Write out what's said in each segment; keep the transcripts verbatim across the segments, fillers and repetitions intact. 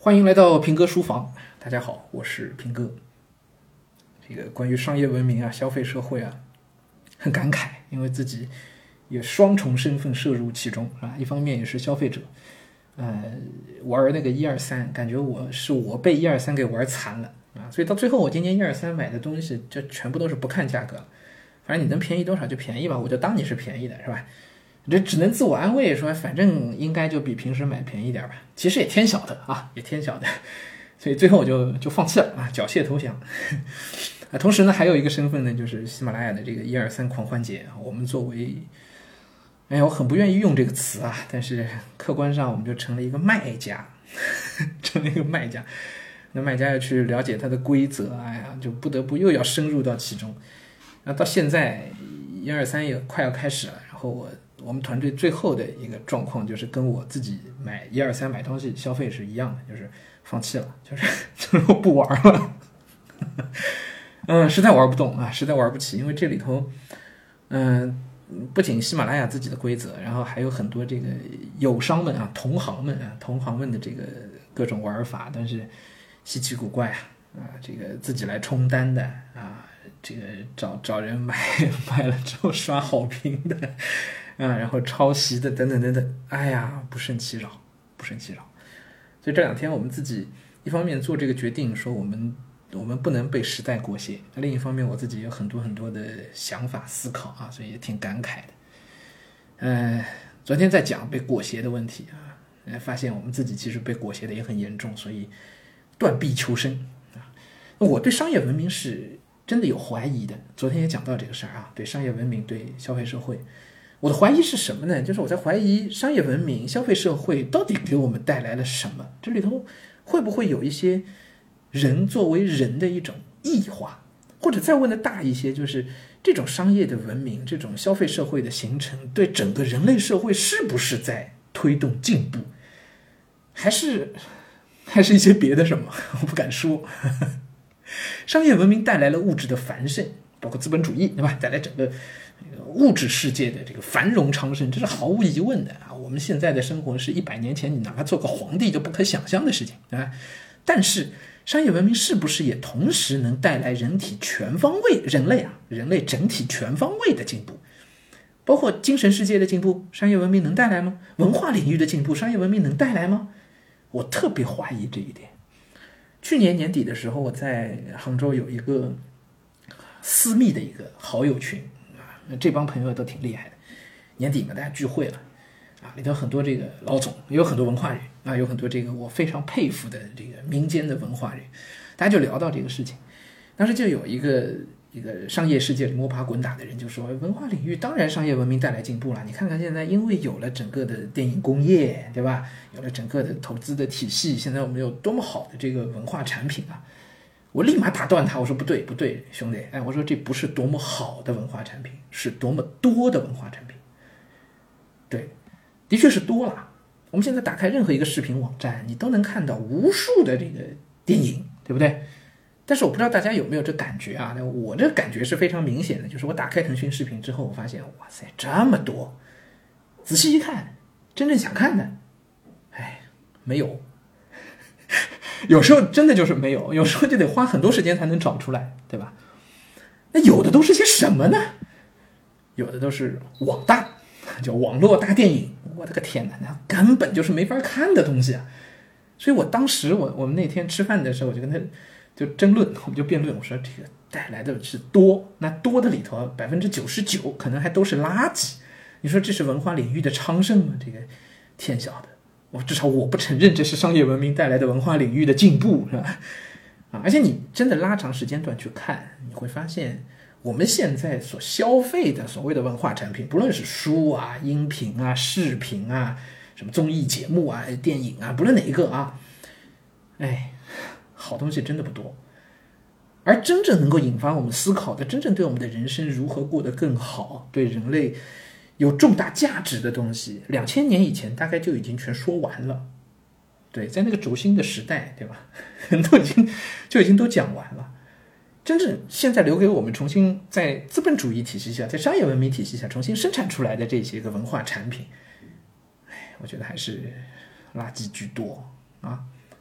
欢迎来到平哥书房，大家好，我是平哥。这个关于商业文明啊、消费社会啊，很感慨，因为自己有双重身份涉入其中啊，一方面也是消费者，呃，玩那个一二三，感觉我是我被一二三给玩残了啊，所以到最后我今年一二三买的东西，这全部都是不看价格，反正你能便宜多少就便宜吧，我就当你是便宜的，是吧？这只能自我安慰说，反正应该就比平时买便宜点吧。其实也天晓得啊，也天晓得，所以最后我就就放弃了啊，缴械投降。啊，同时呢，还有一个身份呢，就是喜马拉雅的这个一二三狂欢节。我们作为，哎呀，我很不愿意用这个词啊，但是客观上我们就成了一个卖家，成了一个卖家。那卖家要去了解它的规则，哎呀，就不得不又要深入到其中。那到现在一二三也快要开始了，然后我。我们团队最后的一个状况就是跟我自己买一二三买东西消费是一样的，就是放弃了，就是就是我不玩了，嗯，实在玩不动啊，实在玩不起，因为这里头，嗯、呃，不仅喜马拉雅自己的规则，然后还有很多这个友商们啊、同行们啊、同行们的这个各种玩法，但是稀奇古怪啊，啊，这个自己来冲单的啊，这个找找人买买了之后刷好评的。啊，然后抄袭的等等等等，哎呀，不胜其扰，不胜其扰。所以这两天我们自己一方面做这个决定，说我们我们不能被时代裹挟；另一方面，我自己有很多很多的想法思考啊，所以也挺感慨的。呃，昨天在讲被裹挟的问题啊，发现我们自己其实被裹挟的也很严重，所以断臂求生啊。我对商业文明是真的有怀疑的，昨天也讲到这个事儿啊，对商业文明，对消费社会。我的怀疑是什么呢？就是我在怀疑商业文明、消费社会到底给我们带来了什么？这里头会不会有一些人作为人的一种异化？或者再问的大一些，就是这种商业的文明、这种消费社会的形成，对整个人类社会是不是在推动进步？还是还是一些别的什么？我不敢说。商业文明带来了物质的繁盛，包括资本主义，对吧？带来整个物质世界的这个繁荣昌盛，这是毫无疑问的啊！我们现在的生活是一百年前你哪怕做个皇帝就不可想象的事情啊！但是商业文明是不是也同时能带来人体全方位、人类啊、人类整体全方位的进步？包括精神世界的进步，商业文明能带来吗？文化领域的进步，商业文明能带来吗？我特别怀疑这一点。去年年底的时候，我在杭州有一个私密的一个好友群。这帮朋友都挺厉害的，年底嘛，大家聚会了，啊，里头很多这个老总，也有很多文化人啊，有很多这个我非常佩服的这个民间的文化人，大家就聊到这个事情。当时就有一个一个商业世界里摸爬滚打的人就说，文化领域当然商业文明带来进步了，你看看现在，因为有了整个的电影工业，对吧？有了整个的投资的体系，现在我们有多么好的这个文化产品啊！我立马打断他，我说不对不对，兄弟，哎，我说这不是多么好的文化产品，是多么多的文化产品。对，的确是多了。我们现在打开任何一个视频网站，你都能看到无数的这个电影，对不对？但是我不知道大家有没有这感觉啊？我这感觉是非常明显的，就是我打开腾讯视频之后，我发现哇塞，这么多，仔细一看，真正想看的，哎，没有。有时候真的就是没有，有时候就得花很多时间才能找出来，对吧？那有的都是些什么呢？有的都是网大，叫网络大电影，我的个天哪，那根本就是没法看的东西啊！所以我当时我我们那天吃饭的时候，我就跟他就争论，我们就辩论，我说这个带来的是多，那多的里头百分之九十九可能还都是垃圾，你说这是文化领域的昌盛吗？这个天晓得。我至少我不承认这是商业文明带来的文化领域的进步，是吧？啊，而且你真的拉长时间段去看，你会发现我们现在所消费的所谓的文化产品，不论是书啊、音频啊、视频啊、什么综艺节目啊、电影啊，不论哪一个啊，哎，好东西真的不多。而真正能够引发我们思考的，真正对我们的人生如何过得更好，对人类有重大价值的东西，两千年以前大概就已经全说完了。对，在那个轴心的时代，对吧？都已经就已经都讲完了。真正现在留给我们重新在资本主义体系下，在商业文明体系下重新生产出来的这些个文化产品，哎，我觉得还是垃圾居多啊。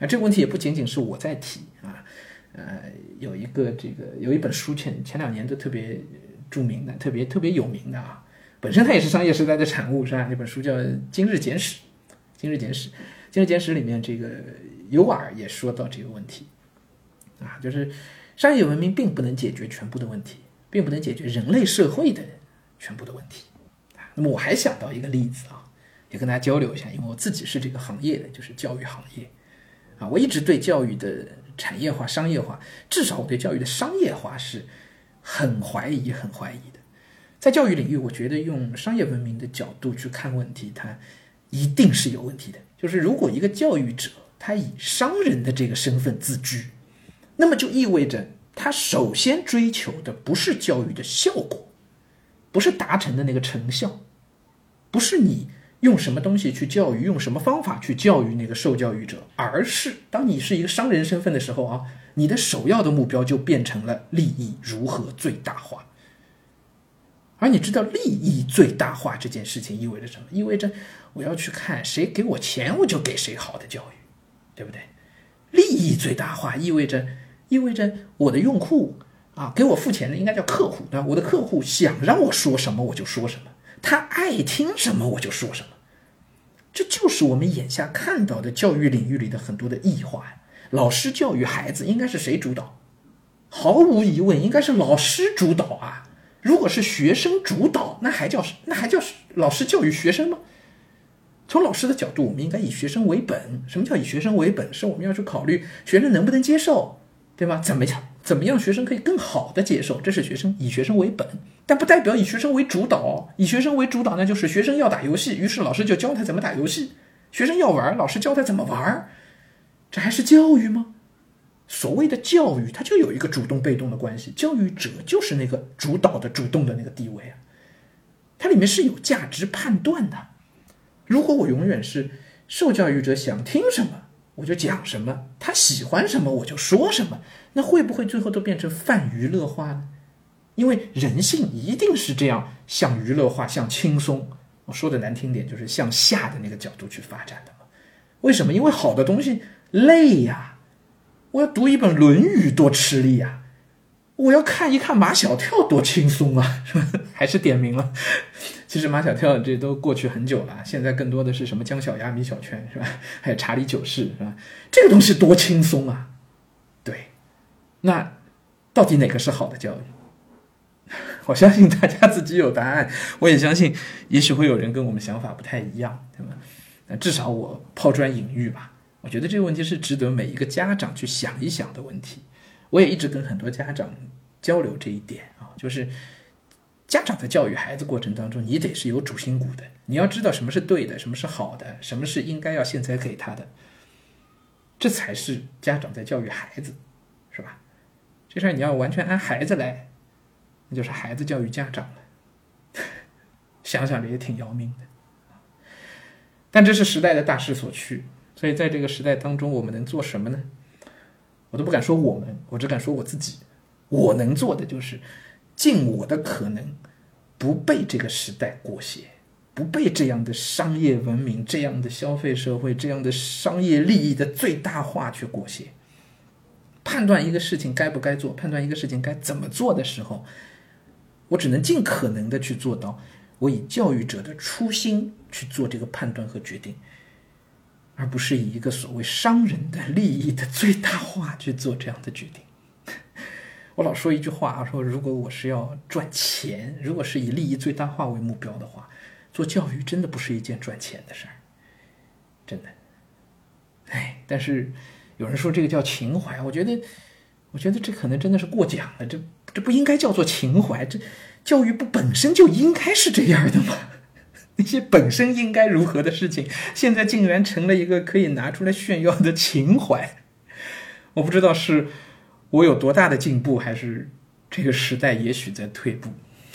啊，这个问题也不仅仅是我在提啊，呃，有一个这个有一本书前前两年都特别著名的，特别特别有名的啊，本身它也是商业时代的产物，是吧？那本书叫《今日简史》，《今日简史》，《今日简史》里面这个尤瓦尔也说到这个问题啊，就是商业文明并不能解决全部的问题，并不能解决人类社会的全部的问题。那么我还想到一个例子啊，也跟大家交流一下，因为我自己是这个行业的，就是教育行业啊，我一直对教育的产业化、商业化，至少我对教育的商业化是很怀疑、很怀疑的。在教育领域，我觉得用商业文明的角度去看问题，它一定是有问题的。就是如果一个教育者他以商人的这个身份自居，那么就意味着他首先追求的不是教育的效果，不是达成的那个成效，不是你用什么东西去教育，用什么方法去教育那个受教育者，而是当你是一个商人身份的时候啊，你的首要的目标就变成了利益如何最大化。而你知道利益最大化这件事情意味着什么？意味着我要去看谁给我钱，我就给谁好的教育，对不对？利益最大化意味着意味着我的用户啊，给我付钱的应该叫客户，对吧？我的客户想让我说什么我就说什么，他爱听什么我就说什么。这就是我们眼下看到的教育领域里的很多的异化呀。老师教育孩子应该是谁主导？毫无疑问应该是老师主导啊。如果是学生主导，那还叫那还叫老师教育学生吗？从老师的角度，我们应该以学生为本。什么叫以学生为本？是我们要去考虑学生能不能接受，对吧？怎么样怎么样学生可以更好的接受，这是学生以学生为本，但不代表以学生为主导。以学生为主导，那就是学生要打游戏，于是老师就教他怎么打游戏；学生要玩，老师教他怎么玩。这还是教育吗？所谓的教育，它就有一个主动被动的关系，教育者就是那个主导的主动的那个地位啊，它里面是有价值判断的。如果我永远是受教育者想听什么我就讲什么，他喜欢什么我就说什么，那会不会最后都变成泛娱乐化呢？因为人性一定是这样向娱乐化、向轻松，我说的难听点就是向下的那个角度去发展的嘛。为什么？因为好的东西累呀、啊，我要读一本《论语》多吃力呀、啊，我要看一看马小跳多轻松啊，是吧？还是点名了。其实马小跳这都过去很久了，现在更多的是什么姜小牙、米小圈，是吧？还有查理九世，是吧？这个东西多轻松啊！对，那到底哪个是好的教育？我相信大家自己有答案，我也相信，也许会有人跟我们想法不太一样，对吧？那至少我抛砖引玉吧。我觉得这个问题是值得每一个家长去想一想的问题。我也一直跟很多家长交流这一点啊，就是家长在教育孩子过程当中，你得是有主心骨的，你要知道什么是对的，什么是好的，什么是应该要现在给他的，这才是家长在教育孩子，是吧？这事儿你要完全按孩子来，那就是孩子教育家长了。想想这也挺要命的，但这是时代的大势所趋。所以在这个时代当中，我们能做什么呢？我都不敢说我们，我只敢说我自己。我能做的就是尽我的可能，不被这个时代裹挟，不被这样的商业文明、这样的消费社会、这样的商业利益的最大化去裹挟。判断一个事情该不该做，判断一个事情该怎么做的时候，我只能尽可能的去做到，我以教育者的初心去做这个判断和决定，而不是以一个所谓商人的利益的最大化去做这样的决定。我老说一句话，说如果我是要赚钱，如果是以利益最大化为目标的话，做教育真的不是一件赚钱的事儿，真的。哎，但是有人说这个叫情怀，我觉得，我觉得这可能真的是过奖了，这这不应该叫做情怀，这教育不本身就应该是这样的吗？那些本身应该如何的事情，现在竟然成了一个可以拿出来炫耀的情怀。我不知道是我有多大的进步，还是这个时代也许在退步。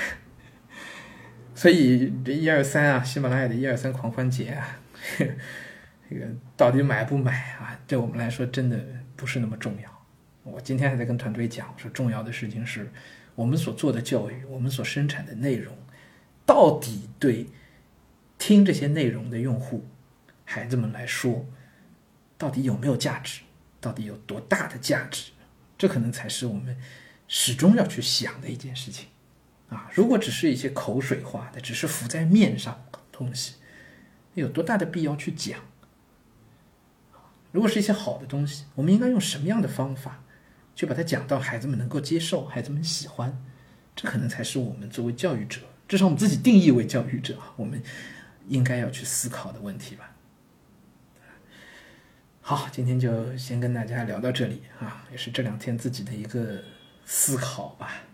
所以这一二三啊，喜马拉雅的一二三狂欢节啊，这个到底买不买啊？对我们来说真的不是那么重要。我今天还在跟团队讲，说重要的事情是我们所做的教育，我们所生产的内容，到底对听这些内容的用户孩子们来说到底有没有价值，到底有多大的价值，这可能才是我们始终要去想的一件事情啊。如果只是一些口水话的，只是浮在面上的东西，有多大的必要去讲？如果是一些好的东西，我们应该用什么样的方法去把它讲到孩子们能够接受，孩子们喜欢？这可能才是我们作为教育者，至少我们自己定义为教育者，我们应该要去思考的问题吧。好，今天就先跟大家聊到这里啊，也是这两天自己的一个思考吧。